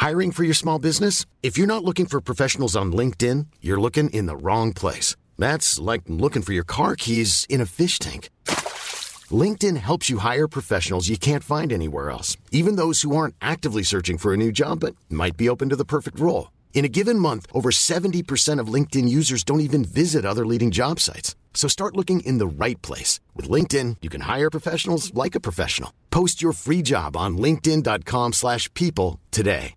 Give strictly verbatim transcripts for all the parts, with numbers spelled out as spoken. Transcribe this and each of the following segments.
Hiring for your small business? If you're not looking for professionals on LinkedIn, you're looking in the wrong place. That's like looking for your car keys in a fish tank. LinkedIn helps you hire professionals you can't find anywhere else, even those who aren't actively searching for a new job but might be open to the perfect role. In a given month, over seventy percent of LinkedIn users don't even visit other leading job sites. So start looking in the right place. With LinkedIn, you can hire professionals like a professional. Post your free job on linkedin.com slash people today.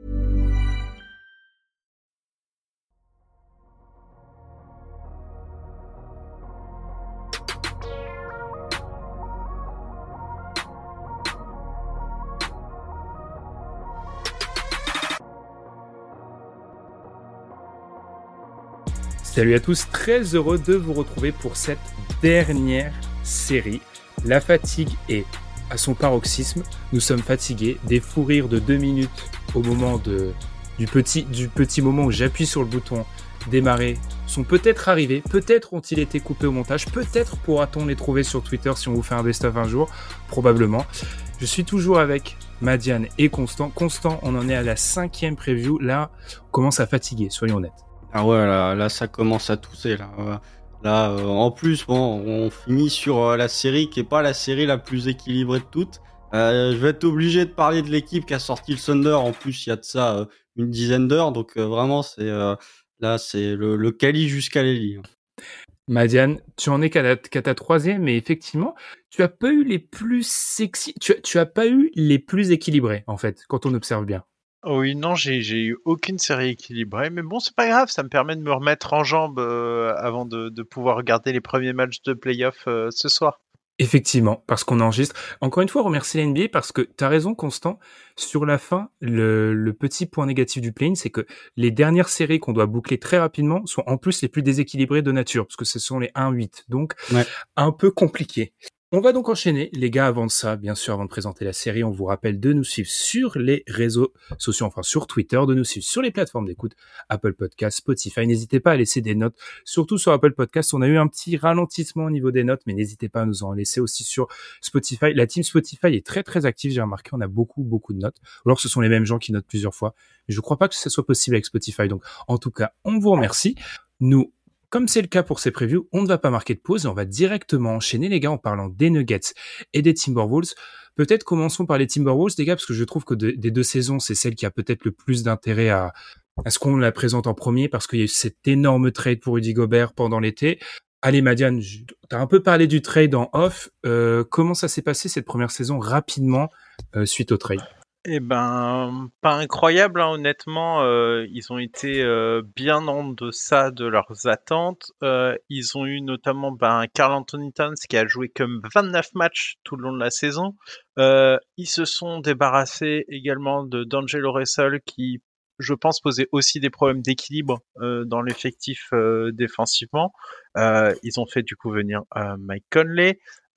Salut à tous, très heureux de vous retrouver pour cette dernière série. La fatigue est à son paroxysme. Nous sommes fatigués. Des fous rires de deux minutes au moment de, du, petit, du petit moment où j'appuie sur le bouton démarrer sont peut-être arrivés. Peut-être ont-ils été coupés au montage. Peut-être pourra-t-on les trouver sur Twitter si on vous fait un best-of un jour. Probablement. Je suis toujours avec Madiane et Constant. Constant, on en est à la cinquième preview. Là, on commence à fatiguer, soyons honnêtes. Ah ouais, là, là ça commence à tousser là. Là, euh, en plus, bon, on finit sur euh, la série qui est pas la série la plus équilibrée de toutes. Euh, je vais être obligé de parler de l'équipe qui a sorti le Thunder. En plus, il y a de ça euh, une dizaine d'heures, donc euh, vraiment, c'est euh, là, c'est le, le Cali jusqu'à l'Eli. Madiane, tu en es qu'à, la, qu'à ta troisième, mais effectivement, tu as pas eu les plus sexy, tu, tu as pas eu les plus équilibrés en fait, quand on observe bien. Oui, non, j'ai, j'ai eu aucune série équilibrée, mais bon, c'est pas grave, ça me permet de me remettre en jambes euh, avant de, de pouvoir regarder les premiers matchs de play-off euh, ce soir. Effectivement, parce qu'on enregistre. Encore une fois, remercier la N B A parce que t'as raison, Constant. Sur la fin, le, le petit point négatif du play-in, c'est que les dernières séries qu'on doit boucler très rapidement sont en plus les plus déséquilibrées de nature, parce que ce sont les un huit, donc ouais. Un peu compliqué. On va donc enchaîner, les gars, avant de ça, bien sûr, avant de présenter la série, on vous rappelle de nous suivre sur les réseaux sociaux, enfin sur Twitter, de nous suivre sur les plateformes d'écoute, Apple Podcasts, Spotify. N'hésitez pas à laisser des notes, surtout sur Apple Podcasts. On a eu un petit ralentissement au niveau des notes, mais n'hésitez pas à nous en laisser aussi sur Spotify. La team Spotify est très très active, j'ai remarqué, on a beaucoup beaucoup de notes. Ou alors ce sont les mêmes gens qui notent plusieurs fois. Mais je ne crois pas que ce soit possible avec Spotify. Donc, en tout cas, on vous remercie. Nous, comme c'est le cas pour ces previews, on ne va pas marquer de pause et on va directement enchaîner, les gars, en parlant des Nuggets et des Timberwolves. Peut-être commençons par les Timberwolves, les gars, parce que je trouve que de, des deux saisons, c'est celle qui a peut-être le plus d'intérêt à, à ce qu'on la présente en premier, parce qu'il y a eu cet énorme trade pour Rudy Gobert pendant l'été. Allez, Madiane, tu as un peu parlé du trade en off. Euh, comment ça s'est passé cette première saison rapidement euh, suite au trade ? Eh ben, pas incroyable, hein, honnêtement. Euh, ils ont été euh, bien en deçà de leurs attentes. Euh, ils ont eu notamment ben, Karl Anthony Towns qui a joué comme vingt-neuf matchs tout le long de la saison. Euh, ils se sont débarrassés également de D'Angelo Russell qui, je pense, posait aussi des problèmes d'équilibre euh, dans l'effectif euh, défensivement. Euh, ils ont fait du coup venir euh, Mike Conley.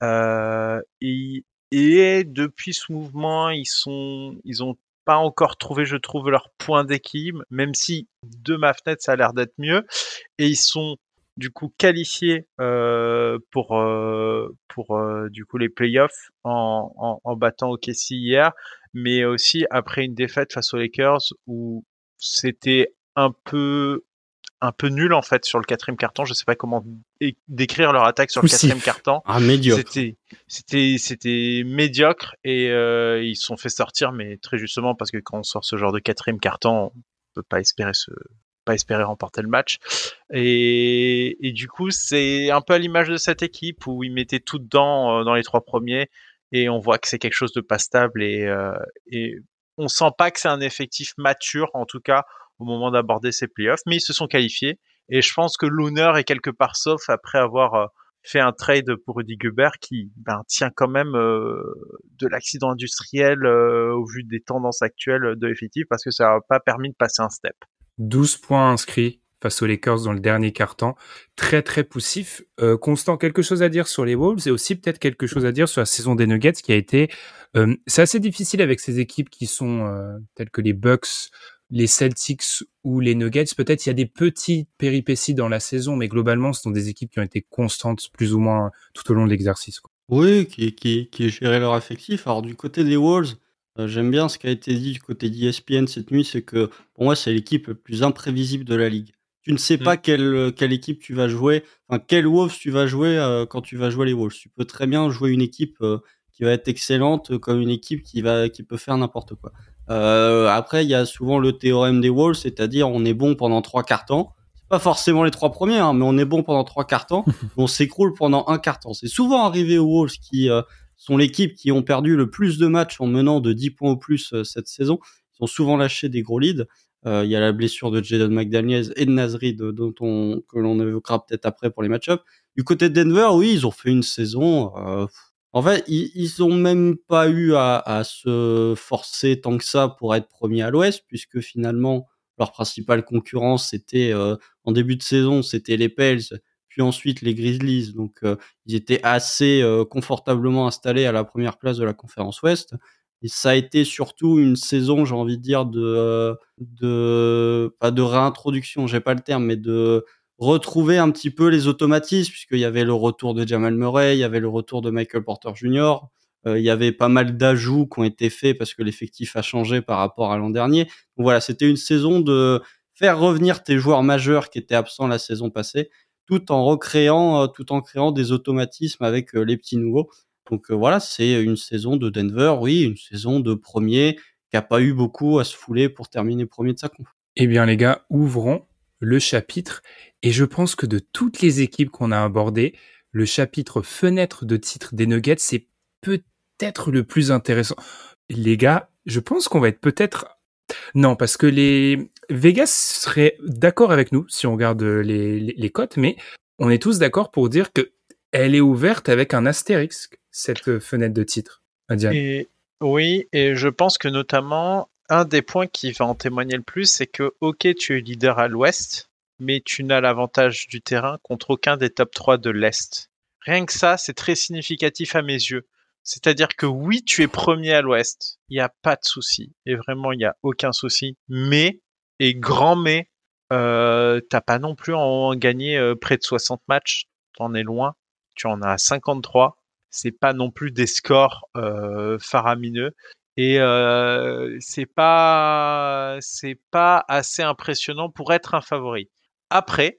Euh, et Et depuis ce mouvement, ils sont, ils ont pas encore trouvé, je trouve, leur point d'équilibre, même si de ma fenêtre, ça a l'air d'être mieux. Et ils sont du coup qualifiés euh, pour euh, pour euh, du coup les playoffs en, en, en battant O K C hier, mais aussi après une défaite face aux Lakers où c'était un peu un peu nul en fait sur le quatrième quart-temps. Je sais pas comment é- décrire leur attaque sur le quatrième quart-temps. Ah, médiocre. C'était, c'était, c'était médiocre et euh, ils se sont fait sortir, mais très justement parce que quand on sort ce genre de quatrième quart-temps, on peut pas espérer se, pas espérer remporter le match. Et, et du coup, c'est un peu à l'image de cette équipe où ils mettaient tout dedans euh, dans les trois premiers et on voit que c'est quelque chose de pas stable et, euh, et on sent pas que c'est un effectif mature en tout cas au moment d'aborder ces playoffs, mais ils se sont qualifiés. Et je pense que l'honneur est quelque part sauf après avoir euh, fait un trade pour Rudy Gobert qui ben, tient quand même euh, de l'accident industriel euh, au vu des tendances actuelles de l'effectif parce que ça n'a pas permis de passer un step. douze points inscrits face aux Lakers dans le dernier quart-temps. Très, très poussif. Euh, Constant, quelque chose à dire sur les Wolves et aussi peut-être quelque chose à dire sur la saison des Nuggets qui a été... Euh, c'est assez difficile avec ces équipes qui sont euh, telles que les Bucks, les Celtics ou les Nuggets. Peut-être il y a des petites péripéties dans la saison, mais globalement, ce sont des équipes qui ont été constantes plus ou moins tout au long de l'exercice, quoi. Oui, qui, qui, qui géraient leur effectif. Alors, du côté des Wolves, Euh, j'aime bien ce qui a été dit du côté d'E S P N cette nuit, c'est que pour moi, c'est l'équipe la plus imprévisible de la ligue. Tu ne sais Mm. pas quelle, quelle équipe tu vas jouer, enfin, quelle Wolves tu vas jouer euh, quand tu vas jouer les Wolves. Tu peux très bien jouer une équipe euh, qui va être excellente euh, comme une équipe qui va qui peut faire n'importe quoi. Euh, après, il y a souvent le théorème des Wolves, c'est-à-dire on est bon pendant trois quarts temps. C'est pas forcément les trois premiers, hein, mais on est bon pendant trois quarts temps, on s'écroule pendant un quart temps. C'est souvent arrivé aux Wolves qui euh, sont l'équipe qui ont perdu le plus de matchs en menant de dix points ou plus euh, cette saison. Ils ont souvent lâché des gros leads. Euh, il y a la blessure de Jaden McDaniels et de Nasri, de, dont on, que l'on évoquera peut-être après pour les match-ups. Du côté de Denver, oui, ils ont fait une saison. Euh, en fait, ils, ils ont même pas eu à, à se forcer tant que ça pour être premier à l'Ouest, puisque finalement leur principale concurrence, c'était euh, en début de saison, c'était les Pels, puis ensuite les Grizzlies. Donc euh, ils étaient assez euh, confortablement installés à la première place de la conférence Ouest. Et ça a été surtout une saison, j'ai envie de dire, de, euh, de, pas de réintroduction, j'ai pas le terme, mais de retrouver un petit peu les automatismes, puisqu'il y avait le retour de Jamal Murray, il y avait le retour de Michael Porter Junior, euh, il y avait pas mal d'ajouts qui ont été faits parce que l'effectif a changé par rapport à l'an dernier. Donc voilà, c'était une saison de faire revenir tes joueurs majeurs qui étaient absents la saison passée, tout en recréant, euh, tout en créant des automatismes avec euh, les petits nouveaux. Donc euh, voilà, c'est une saison de Denver, oui, une saison de premier qui a pas eu beaucoup à se fouler pour terminer premier de sa conf. Eh bien les gars, ouvrons le chapitre, et je pense que de toutes les équipes qu'on a abordées, le chapitre fenêtre de titre des Nuggets, c'est peut-être le plus intéressant. Les gars, je pense qu'on va être peut-être... Non, parce que les Vegas seraient d'accord avec nous si on regarde les, les, les cotes, mais on est tous d'accord pour dire que elle est ouverte avec un astérisque, cette fenêtre de titre. Adiane. Et oui, et je pense que notamment, un des points qui va en témoigner le plus, c'est que, ok, tu es leader à l'ouest, mais tu n'as l'avantage du terrain contre aucun des top trois de l'est. Rien que ça, c'est très significatif à mes yeux. C'est-à-dire que oui, tu es premier à l'ouest, il n'y a pas de souci, et vraiment, il n'y a aucun souci, mais, et grand mais, euh, t'as pas non plus en gagné euh, près de soixante matchs, t'en es loin, tu en as cinquante-trois, c'est pas non plus des scores euh, faramineux, et euh, c'est pas c'est pas assez impressionnant pour être un favori. Après,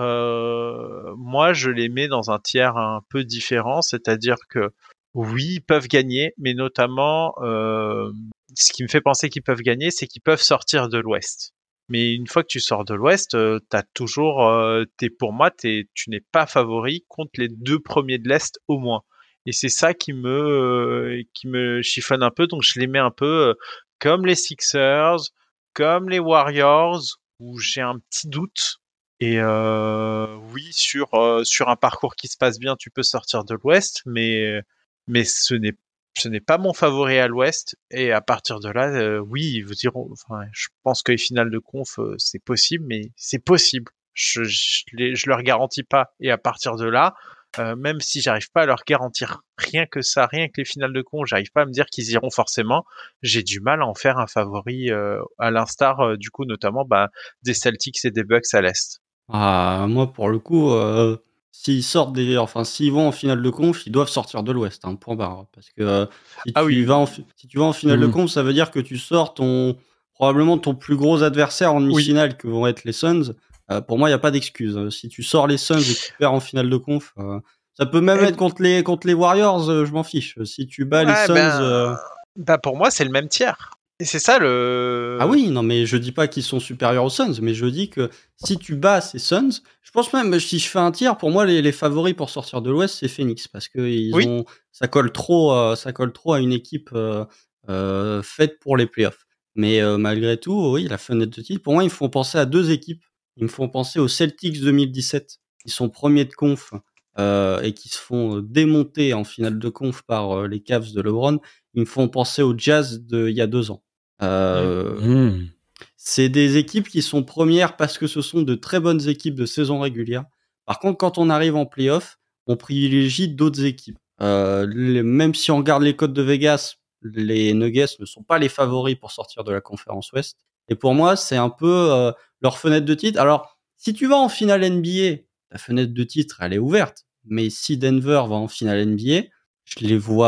euh, moi je les mets dans un tiers un peu différent, c'est-à-dire que oui, ils peuvent gagner, mais notamment euh, ce qui me fait penser qu'ils peuvent gagner, c'est qu'ils peuvent sortir de l'Ouest. Mais une fois que tu sors de l'Ouest, euh, t'as toujours, euh, t'es pour moi, t'es, tu n'es pas favori contre les deux premiers de l'Est au moins. Et c'est ça qui me, euh, qui me chiffonne un peu. Donc je les mets un peu euh, comme les Sixers, comme les Warriors, où j'ai un petit doute. Et euh, oui, sur euh, sur un parcours qui se passe bien, tu peux sortir de l'Ouest, mais mais ce n'est ce n'est pas mon favori à l'Ouest. Et à partir de là, euh, oui, ils vous diront. Enfin, je pense que les finales de conf, euh, c'est possible, mais c'est possible. Je je, les, je leur garantis pas. Et à partir de là, euh, même si j'arrive pas à leur garantir rien que ça, rien que les finales de conf, j'arrive pas à me dire qu'ils iront forcément. J'ai du mal à en faire un favori, euh, à l'instar euh, du coup notamment bah, des Celtics et des Bucks à l'Est. Ah, moi, pour le coup, euh, s'ils sortent des, enfin, s'ils vont en finale de conf, ils doivent sortir de l'Ouest, hein, point barre. Parce que euh, si Ah tu oui, vas en, fi- si tu vas en finale de Mmh. conf, ça veut dire que tu sors ton, probablement ton plus gros adversaire en oui. demi-finale, que vont être les Suns. Euh, pour moi, il n'y a pas d'excuse. Euh, Si tu sors les Suns et que tu perds en finale de conf, euh, ça peut même Eh être contre les, contre les Warriors, euh, je m'en fiche. Si tu bats les Ouais, Suns, ben, euh, ben pour moi c'est le même tiers. Et c'est ça ah le. oui, non, mais je dis pas qu'ils sont supérieurs aux Suns, mais je dis que si tu bats ces Suns, je pense même, si je fais un tir, pour moi, les, les favoris pour sortir de l'Ouest, c'est Phoenix, parce que ils Oui. ont, ça colle trop, euh, ça colle trop à une équipe euh, euh, faite pour les playoffs. Mais euh, malgré tout, oui, la fenêtre de titre, pour moi, ils me font penser à deux équipes. Ils me font penser aux Celtics deux mille dix-sept, qui sont premiers de conf euh, et qui se font démonter en finale de conf par euh, les Cavs de LeBron. Ils me font penser au Jazz de il y a deux ans. Euh, Mmh. c'est des équipes qui sont premières parce que ce sont de très bonnes équipes de saison régulière. Par contre, quand on arrive en playoff, on privilégie d'autres équipes. Euh, les- même si on regarde les codes de Vegas, les Nuggets ne sont pas les favoris pour sortir de la conférence Ouest. Et pour moi, c'est un peu euh, leur fenêtre de titre. Alors, si tu vas en finale N B A, ta fenêtre de titre, elle est ouverte. Mais si Denver va en finale N B A, je les vois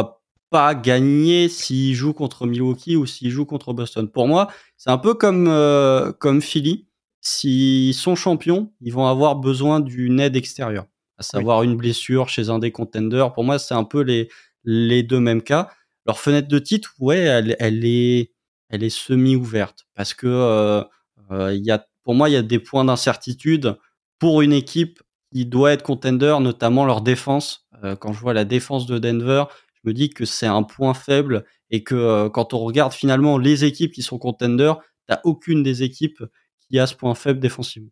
pas gagner s'ils jouent contre Milwaukee ou s'ils jouent contre Boston. Pour moi, c'est un peu comme euh, comme Philly. S'ils sont champions, ils vont avoir besoin d'une aide extérieure, à savoir oui. une blessure chez un des contenders. Pour moi, c'est un peu les les deux mêmes cas. Leur fenêtre de titre, ouais, elle, elle est elle est semi-ouverte parce que euh, euh, il y a pour moi il y a des points d'incertitude pour une équipe qui doit être contender, notamment leur défense. Euh, quand je vois la défense de Denver, je me dis que c'est un point faible et que euh, quand on regarde finalement les équipes qui sont contenders, t'as aucune des équipes qui a ce point faible défensivement.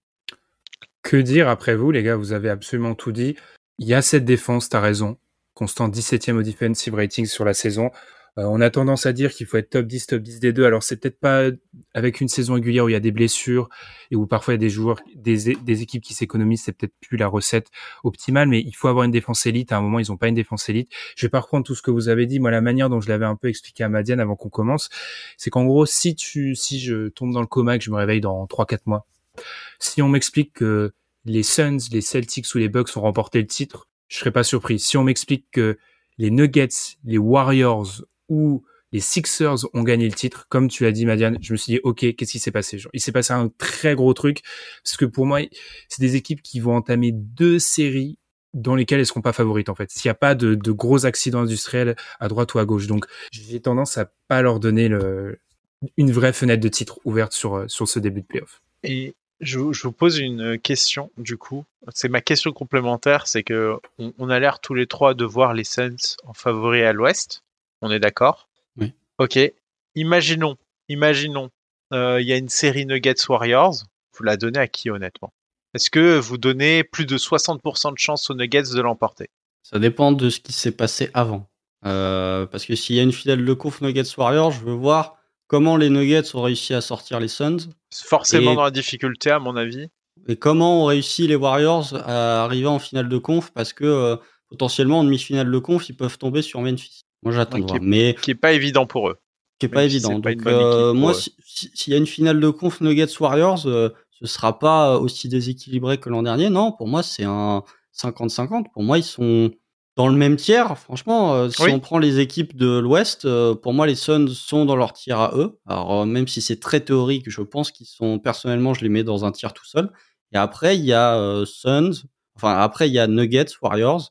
Que dire après vous, les gars? Vous avez absolument tout dit. Il y a cette défense, t'as raison. Constant dix-septième au defensive rating sur la saison. Euh, on a tendance à dire qu'il faut être top dix, top dix des deux. Alors, c'est peut-être pas avec une saison régulière où il y a des blessures et où parfois il y a des joueurs, des, des équipes qui s'économisent. C'est peut-être plus la recette optimale, mais il faut avoir une défense élite. À un moment, ils ont pas une défense élite. Je vais pas reprendre tout ce que vous avez dit. Moi, la manière dont je l'avais un peu expliqué à Madiane avant qu'on commence, c'est qu'en gros, si tu, si je tombe dans le coma et que je me réveille dans trois quatre mois, si on m'explique que les Suns, les Celtics ou les Bucks ont remporté le titre, je serais pas surpris. Si on m'explique que les Nuggets, les Warriors ou les Sixers ont gagné le titre, comme tu l'as dit, Madiane, je me suis dit, ok, qu'est-ce qui s'est passé? Genre, il s'est passé un très gros truc, parce que pour moi, c'est des équipes qui vont entamer deux séries dans lesquelles elles seront pas favorites, en fait. S'il n'y a pas de, de gros accidents industriels à droite ou à gauche. Donc, j'ai tendance à pas leur donner le, une vraie fenêtre de titre ouverte sur, sur ce début de playoff. Et je, je vous pose une question, du coup. C'est ma question complémentaire, c'est que on, on a l'air tous les trois de voir les Suns en favori à l'Ouest. On est d'accord? Oui. Ok. Imaginons, imaginons, il euh, y a une série Nuggets Warriors. Vous la donnez à qui, honnêtement? Est-ce que vous donnez plus de soixante pour cent de chance aux Nuggets de l'emporter? Ça dépend de ce qui s'est passé avant. Euh, parce que s'il y a une finale de conf Nuggets Warriors, je veux voir comment les Nuggets ont réussi à sortir les Suns. Forcément et, dans la difficulté, à mon avis. Et comment ont réussi les Warriors à arriver en finale de conf, parce que euh, potentiellement en demi-finale de conf, ils peuvent tomber sur Memphis. Moi, j'attends de voir. Mais qui est pas évident pour eux. Qui est pas évident. Pas Donc euh, moi, s'il si, si y a une finale de conf Nuggets Warriors, euh, ce sera pas aussi déséquilibré que l'an dernier. Non, pour moi, c'est un cinquante cinquante. Pour moi, ils sont dans le même tiers. Franchement, euh, si oui. on prend les équipes de l'Ouest, euh, pour moi, les Suns sont dans leur tiers à eux. Alors euh, même si c'est très théorique, je pense qu'ils sont, personnellement, je les mets dans un tiers tout seul. Et après, il y a euh, Suns. Enfin, après, il y a Nuggets Warriors.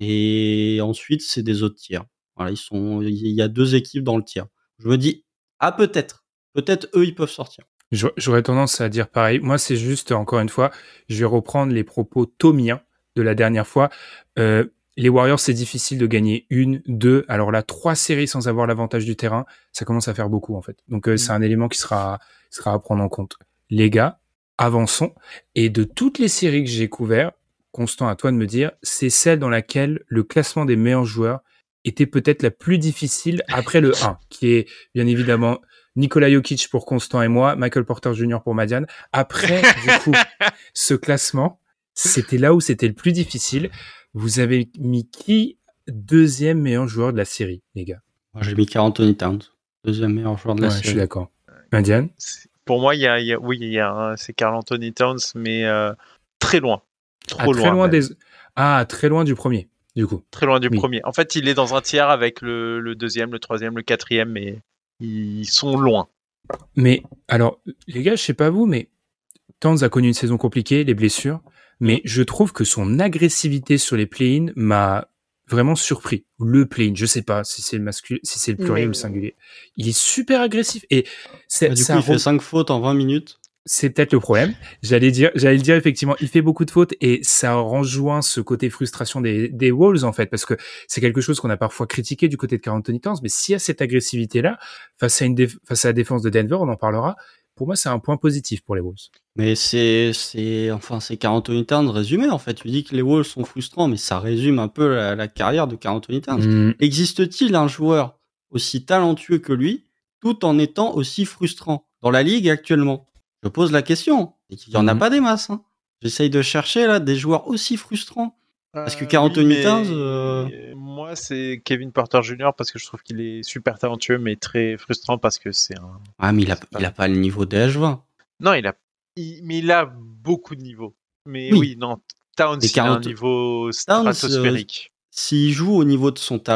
Et ensuite, c'est des autres tiers. Voilà, ils sont. Il y a deux équipes dans le tiers. Je me dis, ah peut-être, peut-être eux ils peuvent sortir. J'aurais tendance à dire pareil. Moi, c'est juste, encore une fois, je vais reprendre les propos thomiens de la dernière fois. Euh, les Warriors, c'est difficile de gagner une, deux. Alors là, trois séries sans avoir l'avantage du terrain, ça commence à faire beaucoup en fait. Donc euh, mmh. c'est un élément qui sera, sera à prendre en compte. Les gars, avançons. Et de toutes les séries que j'ai couvertes, Constant, à toi de me dire, c'est celle dans laquelle le classement des meilleurs joueurs était peut-être la plus difficile après le un, qui est bien évidemment Nikola Jokic pour Constant et moi, Michael Porter Junior pour Madiane. Après, du coup, ce classement, c'était là où c'était le plus difficile. Vous avez mis qui deuxième meilleur joueur de la série, les gars? Moi, j'ai mis Karl Anthony Towns, deuxième meilleur joueur de la ouais, série. Je suis d'accord. Madiane? Pour moi, il y a, il y a, oui, il y a, c'est Karl Anthony Towns, mais euh, très loin. Trop ah, loin. Très loin des... Ah, très loin du premier. Du coup. Très loin du oui. premier. En fait, il est dans un tiers avec le, le deuxième, le troisième, le quatrième, mais ils sont loin. Mais alors, les gars, je sais pas vous, mais Towns a connu une saison compliquée, les blessures, mais je trouve que son agressivité sur les play-in m'a vraiment surpris. Le play-in, je sais pas si c'est le masculin, si c'est le pluriel mais... ou le singulier. Il est super agressif et c'est bah, du ça coup, il fait cinq fautes en vingt minutes. C'est peut-être le problème. J'allais dire, j'allais le dire effectivement, il fait beaucoup de fautes et ça rejoint ce côté frustration des, des Wolves en fait, parce que c'est quelque chose qu'on a parfois critiqué du côté de Karl Anthony Towns, mais s'il y a cette agressivité-là, face à une déf- face à la défense de Denver, on en parlera. Pour moi, c'est un point positif pour les Wolves. Mais c'est, c'est, enfin, c'est Karl Anthony Towns résumé en fait. Tu dis que les Wolves sont frustrants, mais ça résume un peu la, la carrière de Karl Anthony Towns. Mmh. Existe-t-il un joueur aussi talentueux que lui, tout en étant aussi frustrant dans la ligue actuellement? Je pose la question. Il n'y en mmh. a pas des masses. Hein. J'essaye de chercher là des joueurs aussi frustrants. Parce que Karl Anthony oui, Towns. Euh... Moi, c'est Kevin Porter Junior parce que je trouve qu'il est super talentueux, mais très frustrant parce que c'est un. Ah, mais il a, il a pas le niveau des H vingt. Non, il a. Il... Mais il a beaucoup de niveaux. Mais oui, oui non. Towns, il a un niveau stratosphérique. Euh, s'il joue au niveau de son talent,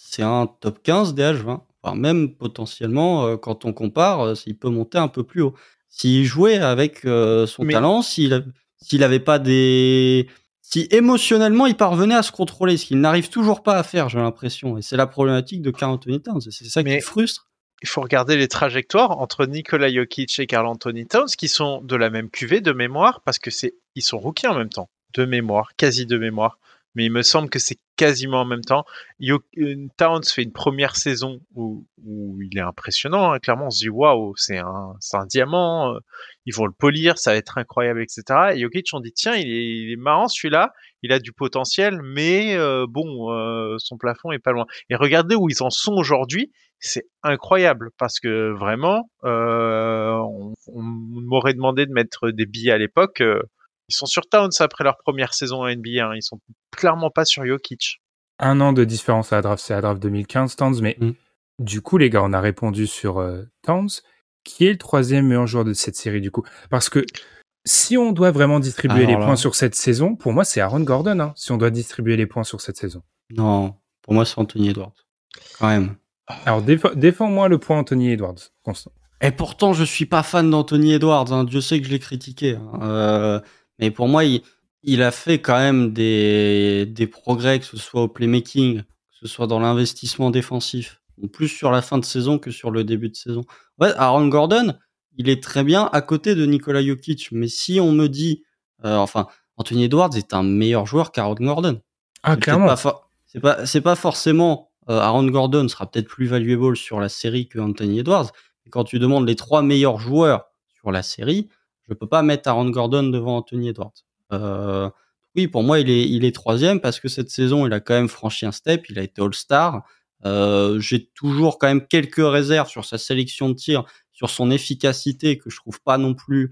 c'est un top quinze des H vingt. Enfin, même potentiellement, euh, quand on compare, euh, il peut monter un peu plus haut. S'il jouait avec euh, son Mais- talent, s'il a- s'il avait pas des... Si émotionnellement, il parvenait à se contrôler, ce qu'il n'arrive toujours pas à faire, j'ai l'impression. Et c'est la problématique de Karl Anthony Towns. et C'est ça Mais- qui frustre. Il faut regarder les trajectoires entre Nikola Jokic et Karl Anthony Towns, qui sont de la même cuvée de mémoire, parce que c'est, ils sont rookies en même temps, de mémoire, quasi de mémoire. Mais il me semble que c'est quasiment en même temps. Yo- euh, Towns fait une première saison où, où il est impressionnant. Hein. Clairement, on se dit waouh, c'est un, c'est un diamant. euh, Ils vont le polir, ça va être incroyable, et cetera. Et Jokic, on dit tiens, il est, il est marrant celui-là. Il a du potentiel, mais euh, bon, euh, son plafond est pas loin. Et regardez où ils en sont aujourd'hui. C'est incroyable parce que vraiment, euh, on, on m'aurait demandé de mettre des billets à l'époque. euh, ils sont sur Towns après leur première saison en N B A. Hein, ils sont clairement pas sur Jokic. Un an de différence à la draft, c'est la draft deux mille quinze, Towns, mais Mm. du coup, les gars, on a répondu sur euh, Towns, qui est le troisième meilleur joueur de cette série, du coup. Parce que si on doit vraiment distribuer Alors les là- points sur cette saison, pour moi, c'est Aaron Gordon, hein, si on doit distribuer les points sur cette saison. Non, pour moi, c'est Anthony Edwards. Quand même. Alors, déf- défends-moi le point Anthony Edwards, Constant. Et pourtant, je suis pas fan d'Anthony Edwards. Hein. Dieu sait que je l'ai critiqué. Hein. Euh, mais pour moi, il, il a fait quand même des, des progrès, que ce soit au playmaking, que ce soit dans l'investissement défensif, plus sur la fin de saison que sur le début de saison. Ouais, Aaron Gordon, il est très bien à côté de Nikola Jokic. Mais si on me dit, euh, enfin, Anthony Edwards est un meilleur joueur qu'Aaron Gordon. Ah, C'est clairement. peut-être pas for- c'est pas, c'est pas forcément euh, Aaron Gordon sera peut-être plus valuable sur la série que Anthony Edwards. Et quand tu demandes les trois meilleurs joueurs sur la série, je peux pas mettre Aaron Gordon devant Anthony Edwards. Euh, oui, pour moi, il est, il est troisième parce que cette saison, il a quand même franchi un step. Il a été All-Star. Euh, j'ai toujours quand même quelques réserves sur sa sélection de tir, sur son efficacité que je trouve pas non plus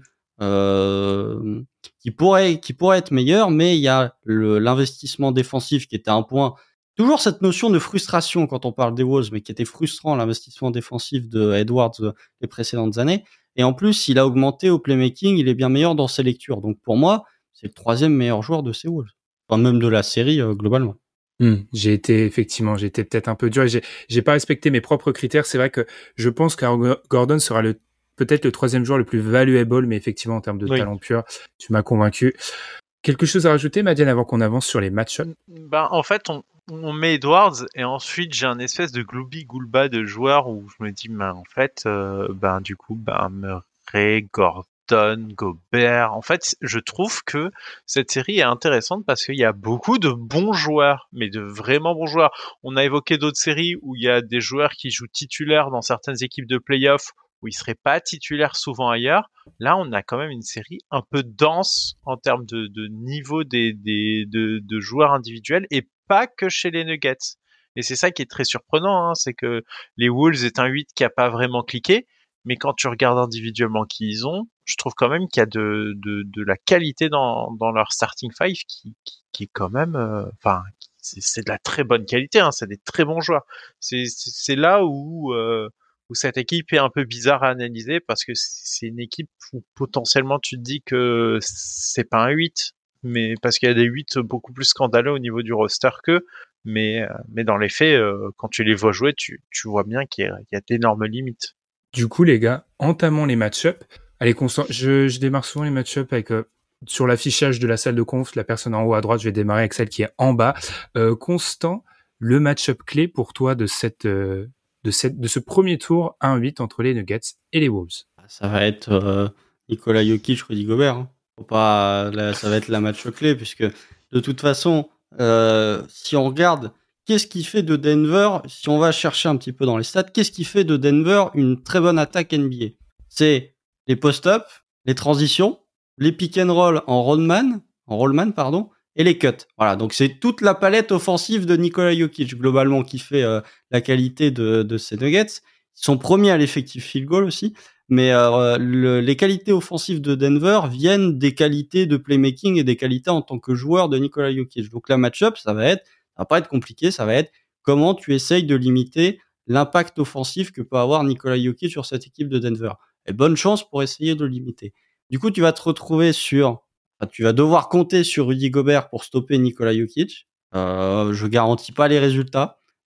euh, qui pourrait qui pourrait être meilleur, mais il y a le, l'investissement défensif qui était un point. Toujours cette notion de frustration quand on parle des Wolves, mais qui était frustrant, l'investissement défensif de Edwards euh, les précédentes années. Et en plus, il a augmenté au playmaking, il est bien meilleur dans ses lectures. Donc pour moi, c'est le troisième meilleur joueur de ces Wolves, enfin même de la série euh, globalement. Hmm, j'ai été effectivement, j'ai été peut-être un peu dur et j'ai, j'ai pas respecté mes propres critères. C'est vrai que je pense qu'Aaron Gordon sera le peut-être le troisième joueur le plus valuable, mais effectivement en termes de Oui. talent pur, tu m'as convaincu. Quelque chose à rajouter, Madiane, avant qu'on avance sur les match-ups? Ben, en fait, on, on met Edwards et ensuite j'ai un espèce de gloubi-goulba de joueurs où je me dis, ben, en fait, euh, ben, du coup, ben, Murray, Gordon, Gobert. En fait, je trouve que cette série est intéressante parce qu'il y a beaucoup de bons joueurs, mais de vraiment bons joueurs. On a évoqué d'autres séries où il y a des joueurs qui jouent titulaires dans certaines équipes de playoffs où ils seraient pas titulaires souvent ailleurs. Là, on a quand même une série un peu dense en termes de, de niveau des, des de, de joueurs individuels et pas que chez les Nuggets. Et c'est ça qui est très surprenant, hein, c'est que les Wolves est un huit qui a pas vraiment cliqué, mais quand tu regardes individuellement qui ils ont, je trouve quand même qu'il y a de, de, de la qualité dans, dans leur starting five qui, qui, qui est quand même, enfin, euh, c'est, c'est de la très bonne qualité, hein, c'est des très bons joueurs. C'est, c'est, c'est là où euh, où cette équipe est un peu bizarre à analyser parce que c'est une équipe où potentiellement tu te dis que c'est pas un huit, mais parce qu'il y a des huit beaucoup plus scandaleux au niveau du roster qu'eux, mais, mais dans les faits, quand tu les vois jouer, tu, tu vois bien qu'il y a, il y a d'énormes limites. Du coup, les gars, entamons les match-up. Allez, Constant, je, je démarre souvent les match-up avec... Euh, sur l'affichage de la salle de conf, la personne en haut à droite, je vais démarrer avec celle qui est en bas. Euh, Constant, le match-up clé pour toi de cette... Euh, De, cette, de ce premier tour un huit entre les Nuggets et les Wolves? Ça va être euh, Nikola Jokic, Rudy Gobert. Hein. Faut pas, là, ça va être la match clé, puisque de toute façon, euh, si on regarde qu'est-ce qui fait de Denver, si on va chercher un petit peu dans les stats, qu'est-ce qui fait de Denver une très bonne attaque N B A? C'est les post-up, les transitions, les pick and roll en rollman, en rollman pardon, et les cuts. Voilà, donc c'est toute la palette offensive de Nikola Jokic globalement qui fait euh, la qualité de, de ces Nuggets. Ils sont premiers à l'effectif field goal aussi, mais euh, le, les qualités offensives de Denver viennent des qualités de playmaking et des qualités en tant que joueur de Nikola Jokic. Donc la match-up, ça va être, ça va pas être compliqué, ça va être comment tu essayes de limiter l'impact offensif que peut avoir Nikola Jokic sur cette équipe de Denver. Et bonne chance pour essayer de le limiter. Du coup, tu vas te retrouver sur Enfin, tu vas devoir compter sur Rudy Gobert pour stopper Nikola Jokic. Euh, je garantis pas les résultats,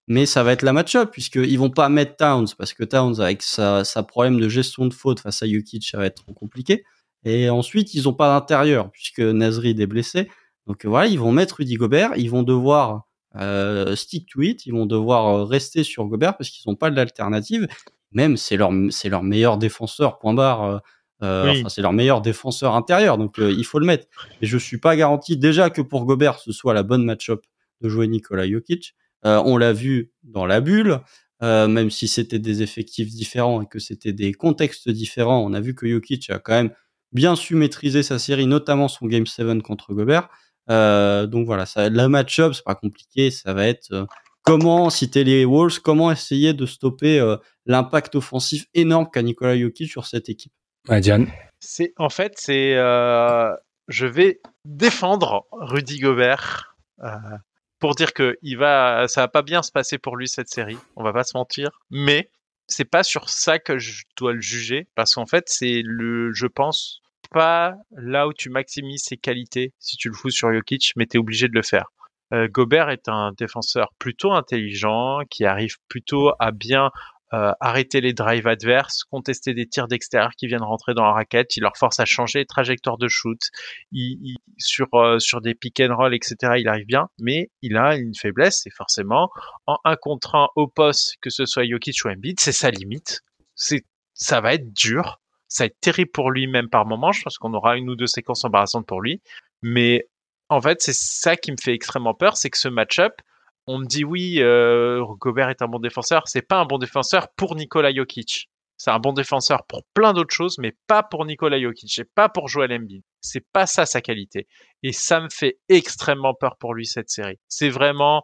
mais ça va être la match-up, puisqu'ils vont pas mettre Towns, parce que Towns, avec sa, sa problème de gestion de faute face à Jokic, ça va être trop compliqué. Et ensuite, ils ont pas d'intérieur, puisque Naz Reid est blessé. Donc voilà, ils vont mettre Rudy Gobert, ils vont devoir euh, stick to it, ils vont devoir rester sur Gobert, parce qu'ils n'ont pas d'alternative. Même, c'est leur, c'est leur meilleur défenseur, point barre. Euh, Oui. Enfin, c'est leur meilleur défenseur intérieur, donc euh, il faut le mettre. Et je suis pas garanti déjà que pour Gobert, ce soit la bonne match-up de jouer Nikola Jokic. Euh, on l'a vu dans la bulle, euh, même si c'était des effectifs différents et que c'était des contextes différents, on a vu que Jokic a quand même bien su maîtriser sa série, notamment son Game sept contre Gobert. Euh, donc voilà, ça, la match-up, c'est pas compliqué, ça va être euh, comment, si t'es les Wolves, comment essayer de stopper euh, l'impact offensif énorme qu'a Nikola Jokic sur cette équipe. Ouais, Diane. C'est, en fait, c'est, euh, je vais défendre Rudy Gobert euh, pour dire que il va, ça va pas bien se passer pour lui cette série. On va pas se mentir, mais c'est pas sur ça que je dois le juger, parce qu'en fait, c'est le, je pense, pas là où tu maximises ses qualités si tu le fous sur Jokic, mais t'es obligé de le faire. Euh, Gobert est un défenseur plutôt intelligent, qui arrive plutôt à bien Euh, arrêter les drives adverses, contester des tirs d'extérieur qui viennent rentrer dans la raquette, il leur force à changer les trajectoires de shoot, il, il, sur euh, sur des pick and roll, et cetera. Il arrive bien, mais il a une faiblesse, c'est forcément en un contre un au poste, que ce soit Jokic ou Embiid, c'est sa limite. C'est, ça va être dur, ça va être terrible pour lui même par moment. Je pense qu'on aura une ou deux séquences embarrassantes pour lui, mais en fait c'est ça qui me fait extrêmement peur, c'est que ce match-up, on me dit oui, euh, Gobert est un bon défenseur. C'est pas un bon défenseur pour Nikola Jokic. C'est un bon défenseur pour plein d'autres choses, mais pas pour Nikola Jokic et pas pour Joel Embiid. C'est pas ça sa qualité. Et ça me fait extrêmement peur pour lui cette série. C'est vraiment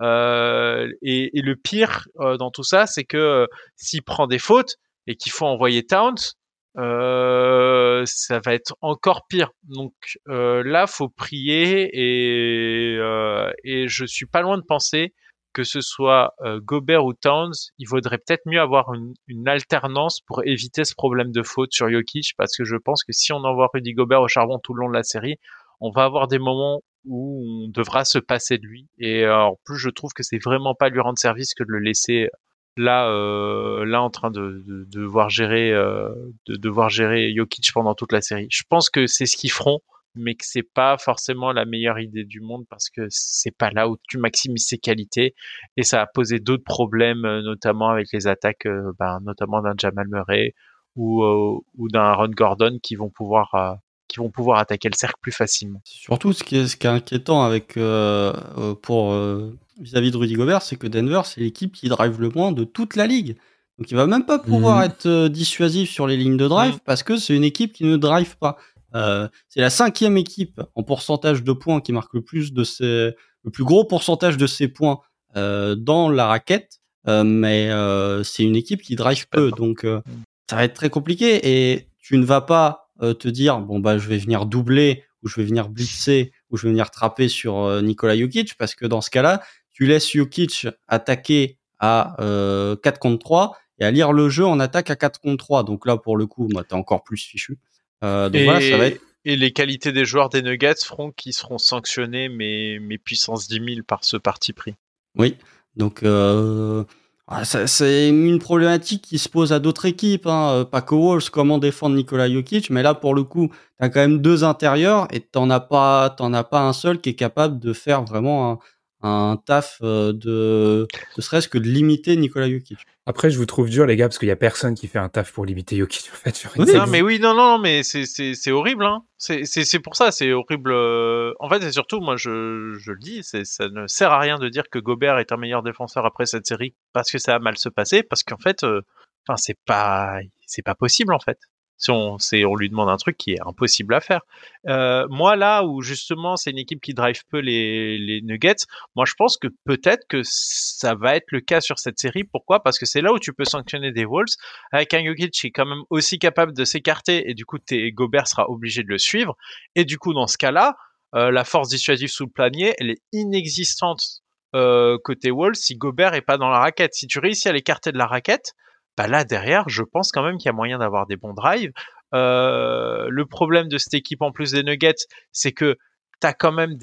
euh, et, et le pire euh, dans tout ça, c'est que euh, s'il prend des fautes et qu'il faut envoyer Towns, euh, ça va être encore pire. Donc euh, là, faut prier et euh, et je suis pas loin de penser que ce soit euh, Gobert ou Towns, il vaudrait peut-être mieux avoir une, une alternance pour éviter ce problème de faute sur Jokic, parce que je pense que si on envoie Rudy Gobert au charbon tout le long de la série, on va avoir des moments où on devra se passer de lui. Et euh, en plus, je trouve que c'est vraiment pas lui rendre service que de le laisser là euh, là en train de, de, de devoir gérer euh, de devoir gérer Jokic pendant toute la série. Je pense que c'est ce qu'ils feront, mais que c'est pas forcément la meilleure idée du monde, parce que c'est pas là où tu maximises ses qualités, et ça a posé d'autres problèmes, notamment avec les attaques euh, ben, notamment d'un Jamal Murray ou euh, ou d'un Aaron Gordon qui vont pouvoir euh, qui vont pouvoir attaquer le cercle plus facilement. Surtout, ce qui est, ce qui est inquiétant avec euh, pour euh, vis-à-vis de Rudy Gobert, c'est que Denver, c'est l'équipe qui drive le moins de toute la ligue. Donc, il va même pas pouvoir mmh. être euh, dissuasif sur les lignes de drive, mmh. parce que c'est une équipe qui ne drive pas. Euh, c'est la cinquième équipe en pourcentage de points qui marque le plus de ses, le plus gros pourcentage de ses points euh, dans la raquette, euh, mais euh, c'est une équipe qui drive peu, donc euh, ça va être très compliqué. Et tu ne vas pas Euh, te dire bon bah je vais venir doubler, ou je vais venir blitzer, ou je vais venir trapper sur euh, Nikola Jokic, parce que dans ce cas-là, tu laisses Jokic attaquer à euh, quatre contre trois et à lire le jeu en attaque à quatre contre trois. Donc là, pour le coup, bah, t'es encore plus fichu. Euh, donc et, voilà, ça va être... et les qualités des joueurs des Nuggets feront qu'ils seront sanctionnés, mais, mais puissance dix mille par ce parti pris. Oui, donc... Euh... Ah, ça, c'est une problématique qui se pose à d'autres équipes, hein. Pas que Wolves, comment défendre Nikola Jokic, mais là pour le coup, t'as quand même deux intérieurs et t'en as pas, t'en as pas un seul qui est capable de faire vraiment un, un taf de, ne serait-ce que de limiter Nikola Jokic. Après, je vous trouve dur, les gars, parce qu'il y a personne qui fait un taf pour limiter Jokic, en fait. Sur oui, non, mais oui, non, non, mais c'est, c'est, c'est horrible, hein. C'est, c'est, c'est pour ça, c'est horrible. En fait, et surtout, moi, je, je le dis, c'est, ça ne sert à rien de dire que Gobert est un meilleur défenseur après cette série parce que ça a mal se passer, parce qu'en fait, euh, enfin, c'est pas, c'est pas possible, en fait. Si on, c'est, on lui demande un truc qui est impossible à faire. Euh, moi, là où justement c'est une équipe qui drive peu les, les Nuggets, moi je pense que peut-être que ça va être le cas sur cette série. Pourquoi ? Parce que c'est là où tu peux sanctionner des Wolves avec un Jokic qui est quand même aussi capable de s'écarter, et du coup tes Gobert sera obligé de le suivre. Et du coup dans ce cas-là, euh, la force dissuasive sous le panier, elle est inexistante euh, côté Wolves si Gobert est pas dans la raquette. Si tu réussis à l'écarter de la raquette, bah là derrière, je pense quand même qu'il y a moyen d'avoir des bons drives. Euh, le problème de cette équipe en plus des Nuggets, c'est que t'as quand même des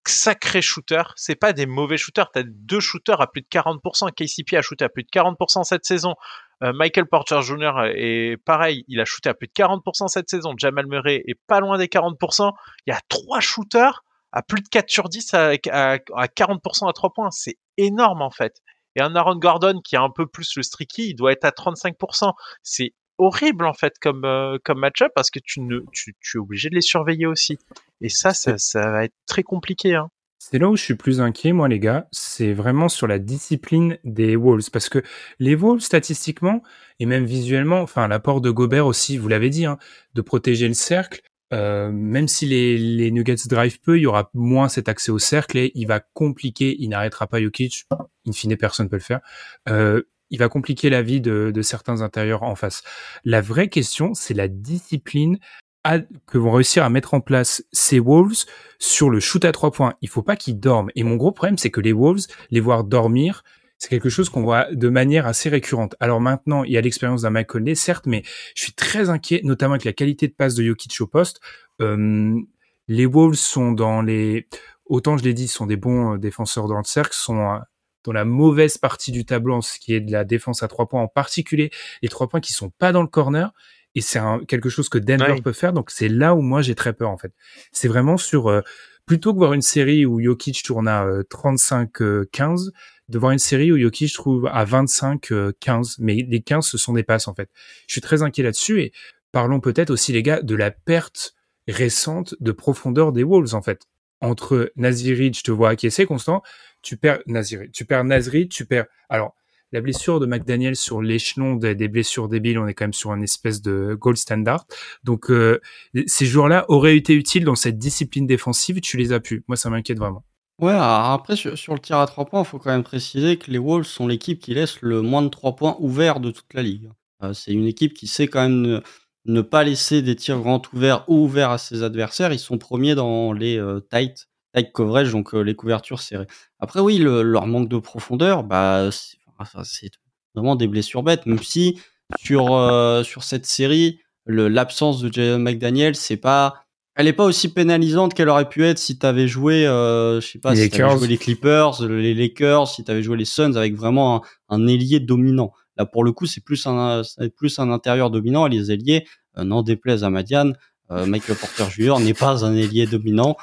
sacrés shooters. C'est pas des mauvais shooters. T'as deux shooters à plus de quarante pour cent. K C P a shooté à plus de quarante pour cent cette saison. Euh, Michael Porter Junior est pareil. Il a shooté à plus de quarante pour cent cette saison. Jamal Murray est pas loin des quarante pour cent. Il y a trois shooters à plus de quatre sur dix à, à, à quarante pour cent à trois points. C'est énorme, en fait. Et un Aaron Gordon qui a un peu plus le streaky, il doit être à trente-cinq pour cent. C'est horrible, en fait, comme, euh, comme match-up parce que tu, ne, tu, tu es obligé de les surveiller aussi. Et ça, ça, ça va être très compliqué. Hein. C'est là où je suis plus inquiet, moi, les gars. C'est vraiment sur la discipline des Wolves. Parce que les Wolves, statistiquement, et même visuellement, enfin, l'apport de Gobert aussi, vous l'avez dit, hein, de protéger le cercle, euh, même si les, les Nuggets drive peu, il y aura moins cet accès au cercle et il va compliquer, il n'arrêtera pas Jokic. In fine, personne ne peut le faire. Euh, il va compliquer la vie de, de certains intérieurs en face. La vraie question, c'est la discipline à, que vont réussir à mettre en place ces Wolves sur le shoot à trois points. Il faut pas qu'ils dorment. Et mon gros problème, c'est que les Wolves, les voir dormir, c'est quelque chose qu'on voit de manière assez récurrente. Alors maintenant, il y a l'expérience d'un Mike Conley, certes, mais je suis très inquiet, notamment avec la qualité de passe de Jokic au poste. Euh, les Wolves sont dans les... Autant je l'ai dit, sont des bons défenseurs dans le cercle, sont dans la mauvaise partie du tableau en ce qui est de la défense à trois points, en particulier les trois points qui sont pas dans le corner. Et c'est un, quelque chose que Denver ouais. peut faire. Donc, c'est là où moi, j'ai très peur, en fait. C'est vraiment sur... Euh, plutôt que voir une série où Jokic tourne à euh, trente-cinq quinze, de voir une série où Jokic trouve à vingt-cinq quinze. Mais les quinze, ce sont des passes, en fait. Je suis très inquiet là-dessus. Et parlons peut-être aussi, les gars, de la perte récente de profondeur des Wolves, en fait. Entre Naz Reid, je te vois acquiescer, Constant. Tu perds Naz Reid. Tu perds Naz Reid, tu perds... Alors... La blessure de McDaniel sur l'échelon des, des blessures débiles, on est quand même sur une espèce de gold standard. Donc, euh, ces joueurs-là auraient été utiles dans cette discipline défensive. Tu les as pu. Moi, ça m'inquiète vraiment. Ouais, alors après, sur, sur le tir à trois points, il faut quand même préciser que les Wolves sont l'équipe qui laisse le moins de trois points ouverts de toute la ligue. Euh, c'est une équipe qui sait quand même ne, ne pas laisser des tirs grands ouverts ou ouverts à ses adversaires. Ils sont premiers dans les euh, tight, tight coverage, donc euh, les couvertures serrées. Après, oui, le, leur manque de profondeur, bah, c'est, enfin, c'est vraiment des blessures bêtes, même si sur, euh, sur cette série, le, l'absence de Jalen McDaniel, c'est pas, elle est pas aussi pénalisante qu'elle aurait pu être si t'avais joué, euh, je sais pas, les si t'avais joué les Clippers, les Lakers, si t'avais joué les Suns avec vraiment un, un ailier dominant. Là, pour le coup, c'est plus un, c'est plus un intérieur dominant. Et les ailiers, euh, n'en déplaise à Madiane, euh, Michael Porter Junior n'est pas un ailier dominant.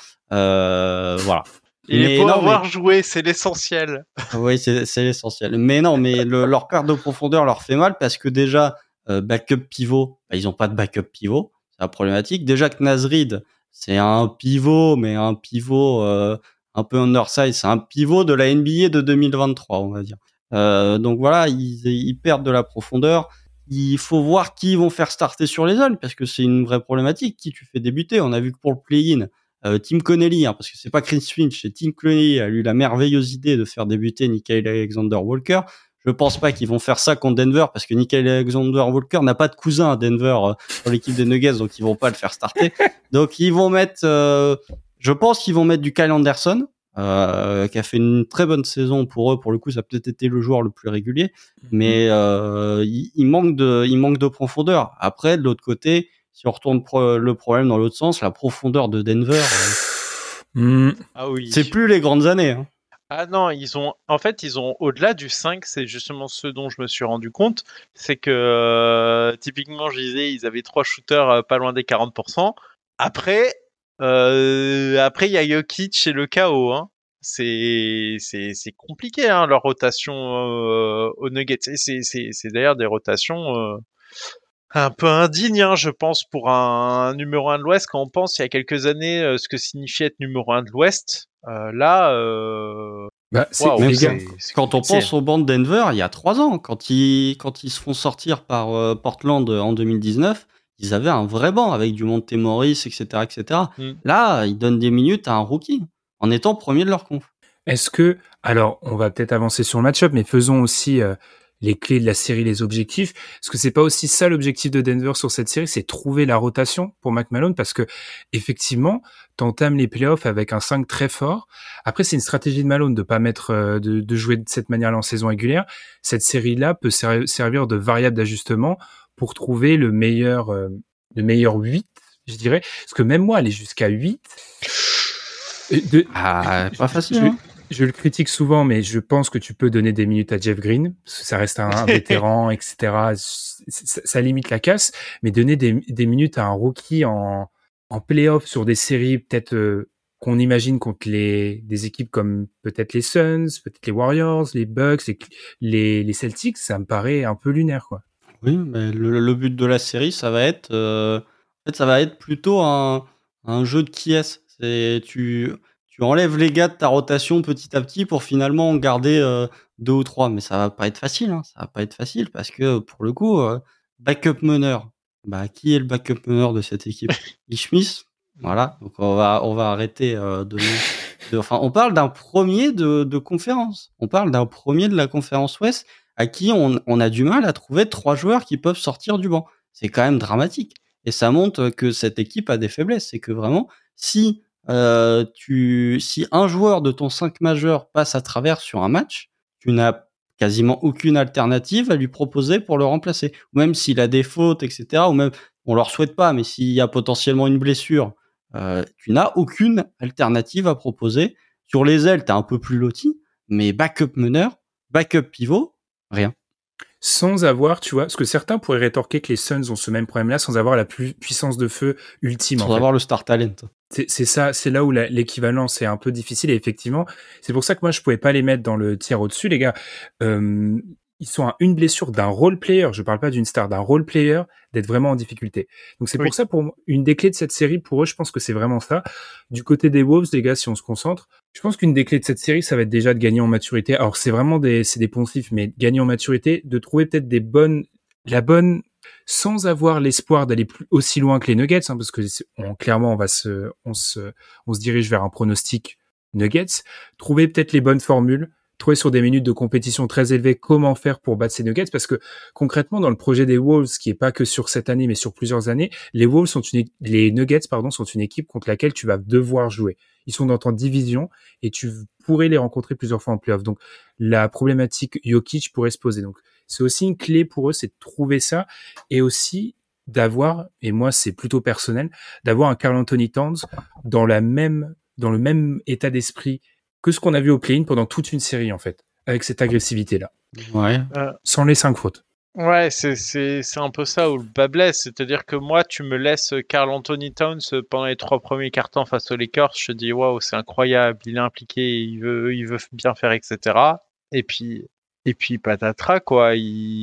Euh, voilà. Il mais est pour non, avoir mais... joué, c'est l'essentiel. Oui, c'est, c'est l'essentiel. Mais non, mais le, leur perte de profondeur leur fait mal parce que déjà, euh, backup pivot, bah, ils ont pas de backup pivot. C'est la problématique. Déjà que Naz Reid, c'est un pivot, mais un pivot euh, un peu underside. C'est un pivot de la N B A de deux mille vingt-trois, on va dire. Euh, donc voilà, ils, ils perdent de la profondeur. Il faut voir qui ils vont faire starter sur les zones parce que c'est une vraie problématique. Qui tu fais débuter? On a vu que pour le play-in, euh, Tim Connelly, hein, parce que c'est pas Chris Finch, c'est Tim Connelly a eu la merveilleuse idée de faire débuter Nickeil Alexander-Walker. Je pense pas qu'ils vont faire ça contre Denver parce que Nickeil Alexander-Walker n'a pas de cousin à Denver euh, dans l'équipe des Nuggets, donc ils vont pas le faire starter. Donc ils vont mettre, euh, je pense qu'ils vont mettre du Kyle Anderson. Euh, qui a fait une très bonne saison pour eux. Pour le coup, ça a peut-être été le joueur le plus régulier, mm-hmm. mais euh, il, il manque de, il manque de profondeur. Après, de l'autre côté, si on retourne pro- le problème dans l'autre sens, la profondeur de Denver, euh, mm. ah oui, c'est plus les grandes années. Hein. Ah non, ils ont, en fait, ils ont au-delà du cinq, c'est justement ce dont je me suis rendu compte, c'est que euh, typiquement, je disais, ils avaient trois shooters euh, pas loin des quarante pour cent. Après. Euh, après, il y a Jokic et le chaos. Hein. C'est, c'est, c'est compliqué hein, leur rotation euh, aux Nuggets. Et c'est, c'est, c'est d'ailleurs des rotations euh, un peu indignes, hein, je pense, pour un, un numéro un de l'Ouest. Quand on pense il y a quelques années euh, ce que signifiait être numéro un de l'Ouest, euh, là, euh... bah, c'est, wow, même c'est, c'est quand on pense au banc de Denver, il y a trois ans, quand ils, quand ils se font sortir par euh, Portland en deux mille dix-neuf. Ils avaient un vrai banc avec du Monte Morris, et cetera, et cetera. Mm. Là, ils donnent des minutes à un rookie en étant premier de leur conf. Est-ce que, alors, on va peut-être avancer sur le match-up, mais faisons aussi euh, les clés de la série, les objectifs. Est-ce que c'est pas aussi ça l'objectif de Denver sur cette série, c'est trouver la rotation pour McMahon, parce que effectivement, t'entames les playoffs avec un cinq très fort. Après, c'est une stratégie de Malone de pas mettre, euh, de, de jouer de cette manière-là en saison régulière. Cette série-là peut ser- servir de variable d'ajustement pour trouver le meilleur, euh, le meilleur huit, je dirais. Parce que même moi, aller jusqu'à huit, De... Ah, pas facile. Je, hein. je le critique souvent, mais je pense que tu peux donner des minutes à Jeff Green, parce que ça reste un, un vétéran, et cetera. Ça, ça limite la casse, mais donner des, des minutes à un rookie en, en play-off sur des séries peut-être euh, qu'on imagine contre les des équipes comme peut-être les Suns, peut-être les Warriors, les Bucks, les, les, les Celtics, ça me paraît un peu lunaire, quoi. Oui, mais le, le but de la série, ça va être, euh, en fait, ça va être plutôt un, un jeu de qui est-ce. C'est tu tu enlèves les gars de ta rotation petit à petit pour finalement en garder euh, deux ou trois, mais ça va pas être facile. Hein, ça va pas être facile parce que pour le coup, euh, backup meneur. Bah, qui est le backup meneur de cette équipe? Ish Smith. Voilà. Donc on va on va arrêter euh, de, de. Enfin, on parle d'un premier de, de conférence. On parle d'un premier de la conférence Ouest à qui on, on a du mal à trouver trois joueurs qui peuvent sortir du banc. C'est quand même dramatique. Et ça montre que cette équipe a des faiblesses. C'est que vraiment, si euh, tu, si un joueur de ton cinq majeur passe à travers sur un match, tu n'as quasiment aucune alternative à lui proposer pour le remplacer. Ou même s'il a des fautes, et cetera. Ou même, on leur souhaite pas, mais s'il y a potentiellement une blessure, euh, tu n'as aucune alternative à proposer. Sur les ailes, tu es un peu plus loti, mais backup meneur, backup pivot, rien. Sans avoir, tu vois, parce que certains pourraient rétorquer que les Suns ont ce même problème-là, sans avoir la plus puissance de feu ultime. Sans en fait. avoir le star talent. C'est, c'est ça, c'est là où la, l'équivalence est un peu difficile. Et effectivement, c'est pour ça que moi, je pouvais pas les mettre dans le tiers au-dessus, les gars. Euh, ils sont à une blessure d'un role player. Je parle pas d'une star, d'un role player, d'être vraiment en difficulté. Donc c'est Oui. pour ça, pour moi, une des clés de cette série, pour eux, je pense que c'est vraiment ça. Du côté des Wolves, les gars, si on se concentre, je pense qu'une des clés de cette série, ça va être déjà de gagner en maturité. Alors c'est vraiment des, c'est des poncifs, mais gagner en maturité, de trouver peut-être des bonnes, la bonne, sans avoir l'espoir d'aller plus aussi loin que les Nuggets, hein, parce que on, clairement on va se, on se, on se dirige vers un pronostic Nuggets. Trouver peut-être les bonnes formules, trouver sur des minutes de compétition très élevées comment faire pour battre ces Nuggets, parce que concrètement dans le projet des Wolves, qui est pas que sur cette année mais sur plusieurs années, les Wolves sont une, les Nuggets pardon sont une équipe contre laquelle tu vas devoir jouer. Ils sont dans ton division et tu pourrais les rencontrer plusieurs fois en playoff. Donc la problématique Jokic pourrait se poser. Donc c'est aussi une clé pour eux, c'est de trouver ça et aussi d'avoir, et moi c'est plutôt personnel, d'avoir un Karl Anthony Towns dans la même, dans le même état d'esprit que ce qu'on a vu au play-in pendant toute une série en fait, avec cette agressivité-là. Ouais. Euh, Sans les cinq fautes. Ouais, c'est, c'est, c'est un peu ça où le bas blesse. C'est-à-dire que moi, tu me laisses Karl Anthony Towns pendant les trois premiers quarts-temps face aux Lakers, je te dis waouh, c'est incroyable, il est impliqué, il veut, il veut bien faire, et cetera. Et puis, et puis patatras quoi,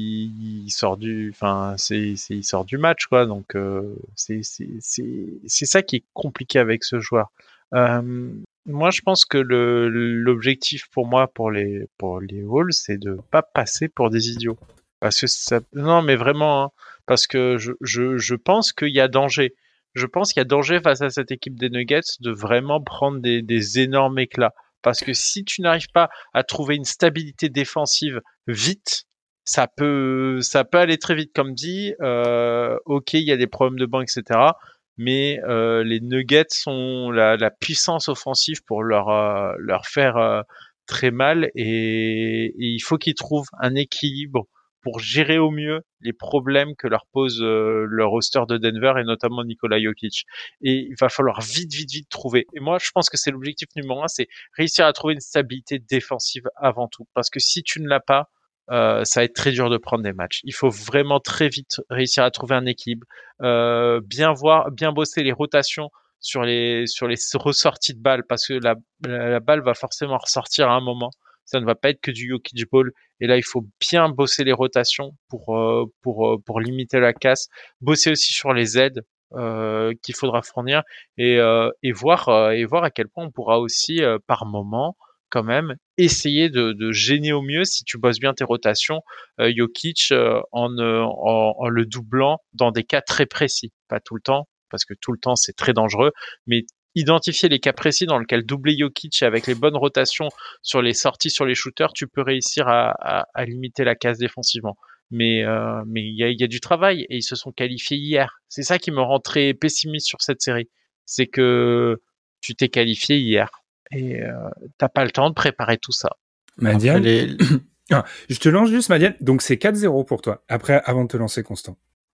il, il sort du, enfin, c'est, c'est, il sort du match quoi. Donc euh, c'est, c'est, c'est, c'est ça qui est compliqué avec ce joueur. Euh, moi, je pense que le, l'objectif pour moi, pour les, pour les Wolves, c'est de pas passer pour des idiots. Parce que ça, non, mais vraiment, hein, parce que je, je, je pense qu'il y a danger. Je pense qu'il y a danger face à cette équipe des Nuggets de vraiment prendre des, des énormes éclats. Parce que si tu n'arrives pas à trouver une stabilité défensive vite, ça peut, ça peut aller très vite, comme dit. Euh, ok, il y a des problèmes de banc, et cetera. Mais euh, les Nuggets ont la, la puissance offensive pour leur, euh, leur faire euh, très mal. Et, et il faut qu'ils trouvent un équilibre pour gérer au mieux les problèmes que leur pose euh, le roster de Denver et notamment Nikola Jokic. Et il va falloir vite, vite, vite trouver. Et moi, je pense que c'est l'objectif numéro un, c'est réussir à trouver une stabilité défensive avant tout. Parce que si tu ne l'as pas, euh, ça va être très dur de prendre des matchs. Il faut vraiment très vite réussir à trouver un équilibre, euh, bien voir, bien bosser les rotations sur les sur les ressorties de balles parce que la, la, la balle va forcément ressortir à un moment. Ça ne va pas être que du Jokic ball. Et là, il faut bien bosser les rotations pour euh, pour euh, pour limiter la casse. Bosser aussi sur les aides euh, qu'il faudra fournir et euh, et voir euh, et voir à quel point on pourra aussi euh, par moment quand même essayer de, de gêner au mieux si tu bosses bien tes rotations euh, Jokic euh, en, euh, en en le doublant dans des cas très précis, pas tout le temps parce que tout le temps c'est très dangereux, mais identifier les cas précis dans lesquels doubler Jokic avec les bonnes rotations sur les sorties, sur les shooters, tu peux réussir à, à, à limiter la casse défensivement. Mais euh, mais il y a, y a du travail et ils se sont qualifiés hier. C'est ça qui me rend très pessimiste sur cette série. C'est que tu t'es qualifié hier et euh, t'as pas le temps de préparer tout ça. Madiane, les... ah, je te lance juste Madiane, donc c'est quatre zéro pour toi. Après, avant de te lancer Constant.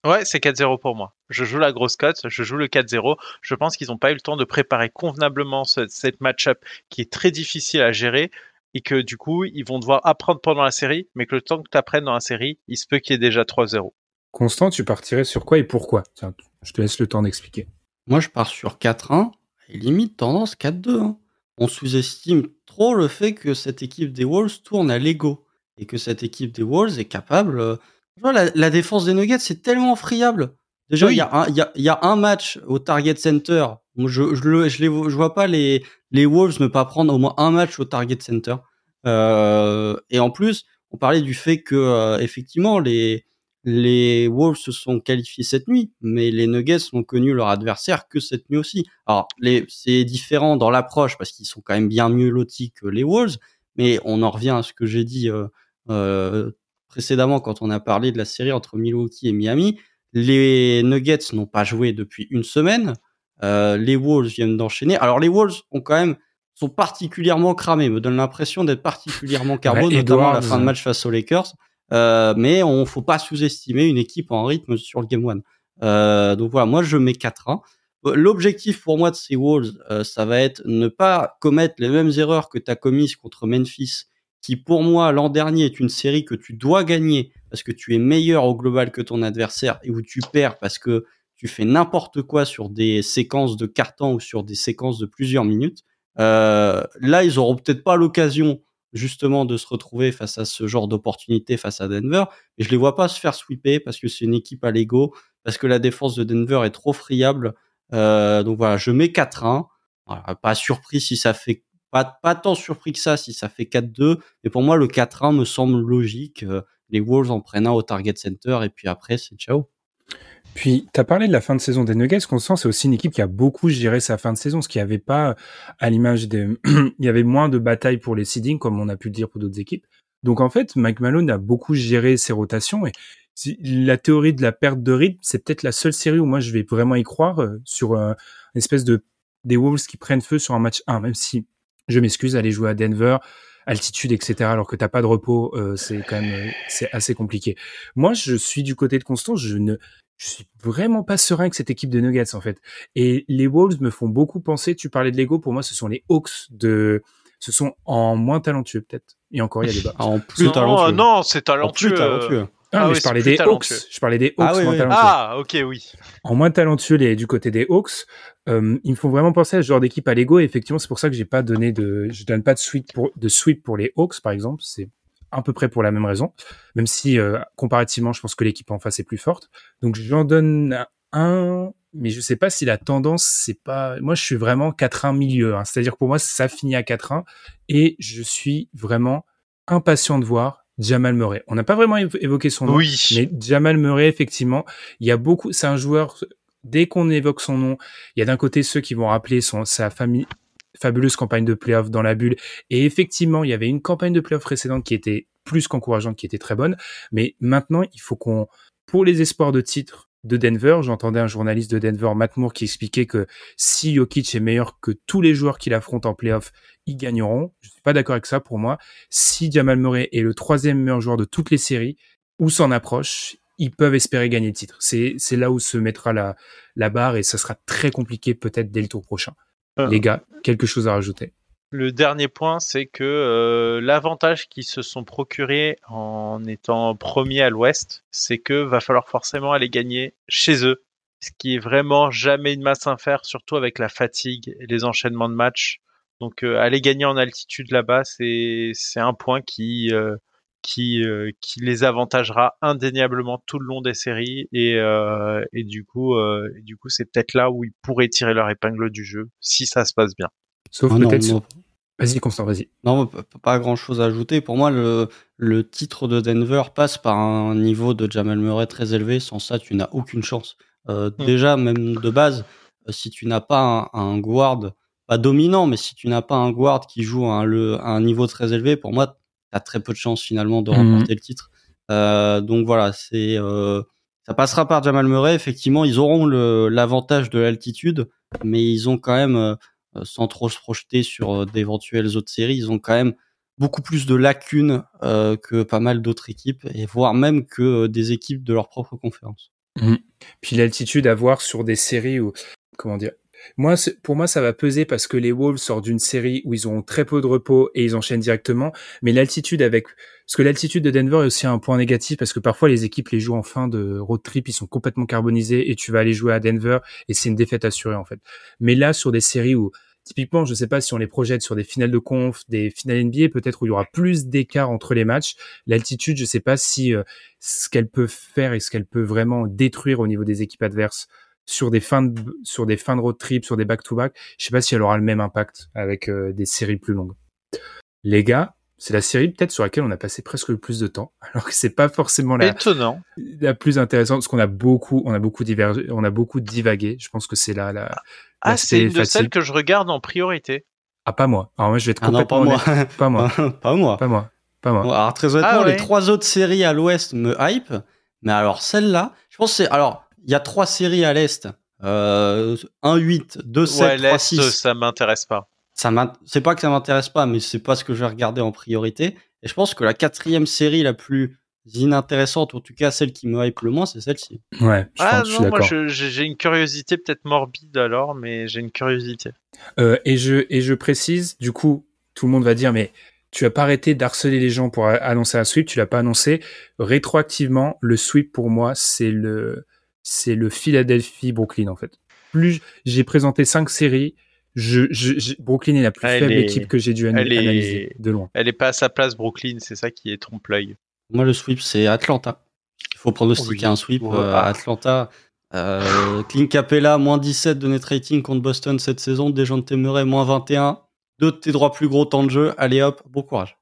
Ouais, c'est quatre zéro pour moi. Je joue la grosse cote, je joue le quatre zéro. Je pense qu'ils n'ont pas eu le temps de préparer convenablement ce, cette match-up qui est très difficile à gérer et que du coup, ils vont devoir apprendre pendant la série, mais que le temps que tu apprennes dans la série, il se peut qu'il y ait déjà trois zéro. Constant, tu partirais sur quoi et pourquoi? Tiens, je te laisse le temps d'expliquer. Moi, je pars sur quatre un et limite tendance quatre deux. Hein. On sous-estime trop le fait que cette équipe des Wolves tourne à l'ego et que cette équipe des Wolves est capable. Euh... Tu vois, la, la défense des Nuggets, c'est tellement friable. Déjà, il oui. y, y, a, y a un match au Target Center. Je je, je, je, les, je vois pas les, les Wolves ne pas prendre au moins un match au Target Center. Euh, et en plus, on parlait du fait que euh, effectivement les les Wolves se sont qualifiés cette nuit, mais les Nuggets n'ont connu leur adversaire que cette nuit aussi. Alors, les, c'est différent dans l'approche parce qu'ils sont quand même bien mieux lotis que les Wolves, mais on en revient à ce que j'ai dit euh, euh, précédemment quand on a parlé de la série entre Milwaukee et Miami. Les Nuggets n'ont pas joué depuis une semaine. Euh, les Wolves viennent d'enchaîner. Alors, les Wolves ont quand même sont particulièrement cramés, me donne l'impression d'être particulièrement carbo, ouais, notamment à la fin de match face aux Lakers. Euh, mais on faut pas sous-estimer une équipe en rythme sur le game one. Euh, donc voilà, moi je mets quatre un. L'objectif pour moi de ces Wolves, euh, ça va être ne pas commettre les mêmes erreurs que tu as commises contre Memphis, qui pour moi l'an dernier est une série que tu dois gagner parce que tu es meilleur au global que ton adversaire et où tu perds parce que tu fais n'importe quoi sur des séquences de quart-temps ou sur des séquences de plusieurs minutes. Euh, là, ils auront peut-être pas l'occasion justement de se retrouver face à ce genre d'opportunité face à Denver, mais je les vois pas se faire sweeper parce que c'est une équipe à l'ego, parce que la défense de Denver est trop friable. Euh, donc voilà, je mets quatre un. Voilà, pas surpris si ça fait pas pas tant surpris que ça si ça fait quatre deux, mais pour moi le quatre un me semble logique. Euh, les Wolves en prennent un au Target Center et puis après c'est ciao. Puis, tu as parlé de la fin de saison des Nuggets. Constant, c'est aussi une équipe qui a beaucoup géré sa fin de saison, ce qui avait pas, à l'image des, il y avait moins de batailles pour les seedings, comme on a pu le dire pour d'autres équipes. Donc, en fait, Mike Malone a beaucoup géré ses rotations et la théorie de la perte de rythme, c'est peut-être la seule série où moi je vais vraiment y croire euh, sur euh, une espèce de, des Wolves qui prennent feu sur un match un, même si, je m'excuse, aller jouer à Denver, altitude, et cetera, alors que t'as pas de repos, euh, c'est quand même, euh, c'est assez compliqué. Moi, je suis du côté de Constant, je ne, je suis vraiment pas serein avec cette équipe de Nuggets, en fait. Et les Wolves me font beaucoup penser, tu parlais de l'ego, pour moi, ce sont les Hawks de, ce sont en moins talentueux, peut-être. Et encore, il y a des bas. En plus non, talentueux. Non, c'est talentueux. En plus talentueux. Ah, ah mais oui, je parlais des talentueux. Hawks. Je parlais des Hawks ah, oui, moins oui. talentueux. Ah, ok, oui. En moins talentueux, les, du côté des Hawks, euh, ils me font vraiment penser à ce genre d'équipe à l'ego. Et effectivement, c'est pour ça que j'ai pas donné de, je donne pas de sweep pour, de sweep pour les Hawks, par exemple. C'est à peu près pour la même raison. Même si, euh, comparativement, je pense que l'équipe en face est plus forte. Donc, j'en donne un, mais je sais pas si la tendance, c'est pas, moi, je suis vraiment quatre un milieu, hein. C'est-à-dire que pour moi, ça finit à quatre un et je suis vraiment impatient de voir Jamal Murray. On n'a pas vraiment évoqué son nom, oui. mais Jamal Murray, effectivement, il y a beaucoup, c'est un joueur, dès qu'on évoque son nom, il y a d'un côté ceux qui vont rappeler son, sa famille, fabuleuse campagne de play-off dans la bulle. Et effectivement, il y avait une campagne de play-off précédente qui était plus qu'encourageante, qui était très bonne. Mais maintenant, il faut qu'on, pour les espoirs de titre de Denver, j'entendais un journaliste de Denver, Matt Moore, qui expliquait que si Jokic est meilleur que tous les joueurs qu'il affronte en play-off, ils gagneront. Je suis pas d'accord avec ça pour moi. Si Jamal Murray est le troisième meilleur joueur de toutes les séries, ou s'en approche, ils peuvent espérer gagner le titre. C'est, c'est là où se mettra la, la barre et ça sera très compliqué peut-être dès le tour prochain. Euh, Les gars, quelque chose à rajouter? Le dernier point, c'est que euh, l'avantage qu'ils se sont procurés en étant premier à l'Ouest, c'est que va falloir forcément aller gagner chez eux, ce qui est vraiment jamais une masse à faire, surtout avec la fatigue et les enchaînements de matchs. Donc euh, aller gagner en altitude là-bas, c'est c'est un point qui euh, qui euh, qui les avantagera indéniablement tout le long des séries et euh, et du coup euh, et du coup c'est peut-être là où ils pourraient tirer leur épingle du jeu si ça se passe bien. Sauf oh peut-être. Non, non. Vas-y, Constant, vas-y. Non, pas grand-chose à ajouter. Pour moi, le, le titre de Denver passe par un niveau de Jamal Murray très élevé. Sans ça, tu n'as aucune chance. Euh, mmh. Déjà, même de base, si tu n'as pas un, un guard, pas dominant, mais si tu n'as pas un guard qui joue à un, le, à un niveau très élevé, pour moi, tu as très peu de chances finalement de remporter mmh. le titre. Euh, donc voilà, c'est euh, ça passera par Jamal Murray. Effectivement, ils auront le, l'avantage de l'altitude, mais ils ont quand même... Euh, sans trop se projeter sur d'éventuelles autres séries, ils ont quand même beaucoup plus de lacunes euh, que pas mal d'autres équipes, et voire même que des équipes de leur propre conférence. Mmh. Puis l'altitude à voir sur des séries où, comment dire, moi, c'est- pour moi, ça va peser parce que les Wolves sortent d'une série où ils ont très peu de repos et ils enchaînent directement. Mais l'altitude avec, parce que l'altitude de Denver est aussi un point négatif parce que parfois les équipes les jouent en fin de road trip, ils sont complètement carbonisés et tu vas aller jouer à Denver et c'est une défaite assurée en fait. Mais là, sur des séries où, typiquement, je sais pas si on les projette sur des finales de conf, des finales N B A, peut-être où il y aura plus d'écart entre les matchs. L'altitude, je sais pas si euh, ce qu'elle peut faire et ce qu'elle peut vraiment détruire au niveau des équipes adverses sur des fins de, sur des fins de road trip, sur des back-to-back, je sais pas si elle aura le même impact avec euh, des séries plus longues. Les gars, c'est la série peut-être sur laquelle on a passé presque le plus de temps, alors que c'est pas forcément la, Étonnant. la plus intéressante, parce qu'on a beaucoup, on a beaucoup divergé, on a beaucoup divagué. Je pense que c'est là la. Ah, la c'est une de facile. celles que je regarde en priorité. Ah, pas moi. Alors moi, je vais être Ah non, complètement pas moi. honnête. Pas moi. Pas moi. Pas moi. Pas moi. Bon, alors très honnêtement, Ah ouais. les trois autres séries à l'Ouest me hype, mais alors celle-là, je pense que c'est alors il y a trois séries à l'Est, euh, un huit, deux sept, Ouais, trois l'Est, six. ça m'intéresse pas. Ça m'int- c'est pas que ça m'intéresse pas, mais c'est pas ce que je vais regarder en priorité. Et je pense que la quatrième série la plus inintéressante, ou en tout cas celle qui me hype le moins, c'est celle-ci. Ouais, je, Ah pense, je suis non, moi d'accord. je- j'ai j'ai une curiosité peut-être morbide alors, mais j'ai une curiosité. Euh, et je et je précise, du coup, tout le monde va dire, mais tu as pas arrêté d'harceler les gens pour a- annoncer un sweep, tu l'as pas annoncé. Rétroactivement, le sweep pour moi, c'est le c'est le Philadelphie Brooklyn en fait. Plus j'ai présenté cinq séries, je, je, je- Brooklyn est la plus Elle faible est- équipe que j'ai dû ana- elle est- analyser de loin. Elle est pas à sa place, Brooklyn, c'est ça qui est trompe-l'œil. Moi, le sweep, c'est Atlanta. Il faut pronostiquer Oui. un sweep. Ouais. euh, Ah. Atlanta, euh, Clint Capella, moins dix-sept de net rating contre Boston cette saison. Dejounte Murray, moins vingt et un. Deux de tes droits plus gros temps de jeu. Allez hop, bon courage.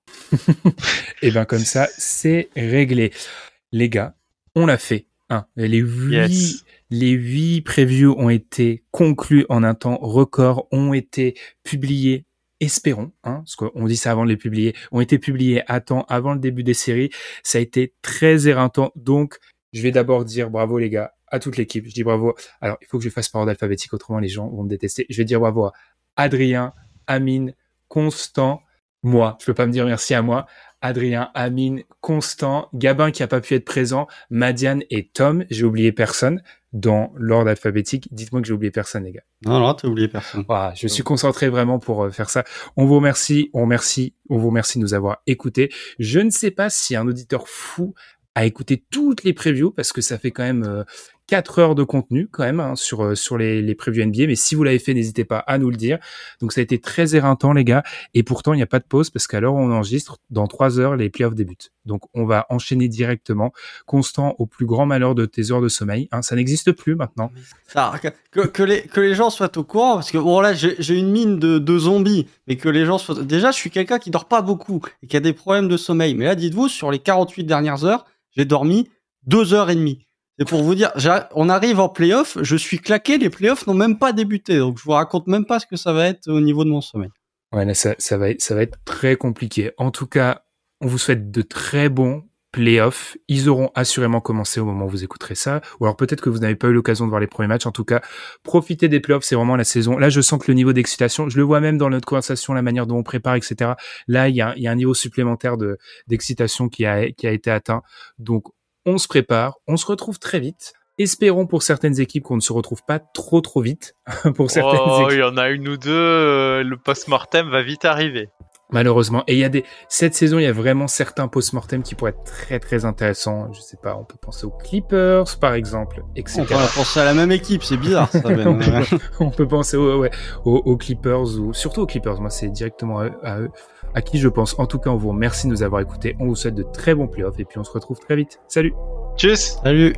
Et ben comme ça, c'est réglé. Les gars, on l'a fait. Hein. Les huit, Yes. les huit previews ont été conclus en un temps record, ont été publiés, espérons, hein, parce qu'on dit ça avant de les publier, ont été publiés à temps avant le début des séries. Ça a été très éreintant. Donc, je vais d'abord dire bravo les gars à toute l'équipe. Je dis bravo. Alors, il faut que je fasse par ordre alphabétique, autrement les gens vont me détester. Je vais dire bravo à Adrien, Amine, Constant, moi. Je peux pas me dire merci à moi. Adrien, Amine, Constant, Gabin qui a pas pu être présent, Madiane et Tom. J'ai oublié personne dans l'ordre alphabétique. Dites-moi que j'ai oublié personne, les gars. Non, non, t'as oublié personne. Voilà, je suis concentré vraiment pour euh, faire ça. On vous remercie, on remercie, on vous remercie de nous avoir écoutés. Je ne sais pas si un auditeur fou a écouté toutes les previews parce que ça fait quand même euh, quatre heures de contenu quand même hein, sur euh, sur les, les previews N B A. Mais si vous l'avez fait, n'hésitez pas à nous le dire. Donc ça a été très éreintant, les gars. Et pourtant, il n'y a pas de pause parce qu'à l'heure où on enregistre, dans trois heures, les playoffs débutent. Donc on va enchaîner directement. Constant, au plus grand malheur de tes heures de sommeil. Hein, ça n'existe plus maintenant. Ça, que, que, que les, que les gens soient au courant, parce que bon là j'ai j'ai une mine de, de zombies, mais que les gens soient... Déjà je suis quelqu'un qui dort pas beaucoup et qui a des problèmes de sommeil, mais là dites-vous, sur les quarante-huit dernières heures, j'ai dormi deux heures et demie. C'est pour vous dire, j'ai- on arrive en playoff, je suis claqué, les playoffs n'ont même pas débuté, donc je vous raconte même pas ce que ça va être au niveau de mon sommeil. Ouais, là, ça, ça va être, ça va être très compliqué. En tout cas, on vous souhaite de très bons playoffs. Ils auront assurément commencé au moment où vous écouterez ça. Ou alors peut-être que vous n'avez pas eu l'occasion de voir les premiers matchs. En tout cas, profitez des playoffs. C'est vraiment la saison. Là, je sens que le niveau d'excitation, je le vois même dans notre conversation, la manière dont on prépare, et cetera. Là, il y a, il y a un niveau supplémentaire de, d'excitation qui a, qui a été atteint. Donc, on se prépare. On se retrouve très vite. Espérons pour certaines équipes qu'on ne se retrouve pas trop trop vite. Pour certaines Oh, équipes. il y en a une ou deux, euh, le post-mortem va vite arriver. Malheureusement. Et il y a des, cette saison, il y a vraiment certains post-mortem qui pourraient être très, très intéressants. Je sais pas, on peut penser aux Clippers, par exemple, et On cetera. va penser à la même équipe, c'est bizarre ça. Ben. on, peut, on peut penser aux, ouais, aux, aux Clippers ou surtout aux Clippers. Moi, c'est directement à eux, à eux, à qui je pense. En tout cas, on vous remercie de nous avoir écoutés. On vous souhaite de très bons playoffs et puis on se retrouve très vite. Salut! Tchuss! Salut.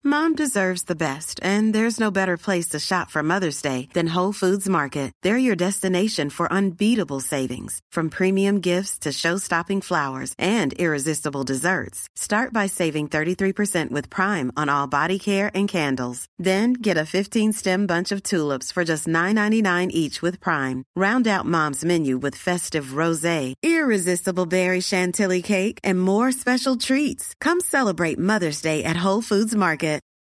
Mom deserves the best, and there's no better place to shop for Mother's Day than Whole Foods Market. They're your destination for unbeatable savings, from premium gifts to show-stopping flowers and irresistible desserts. Start by saving thirty-three percent with Prime on all body care and candles. Then get a fifteen-stem bunch of tulips for just nine ninety-nine each with Prime. Round out Mom's menu with festive rosé, irresistible berry chantilly cake, and more special treats. Come celebrate Mother's Day at Whole Foods Market.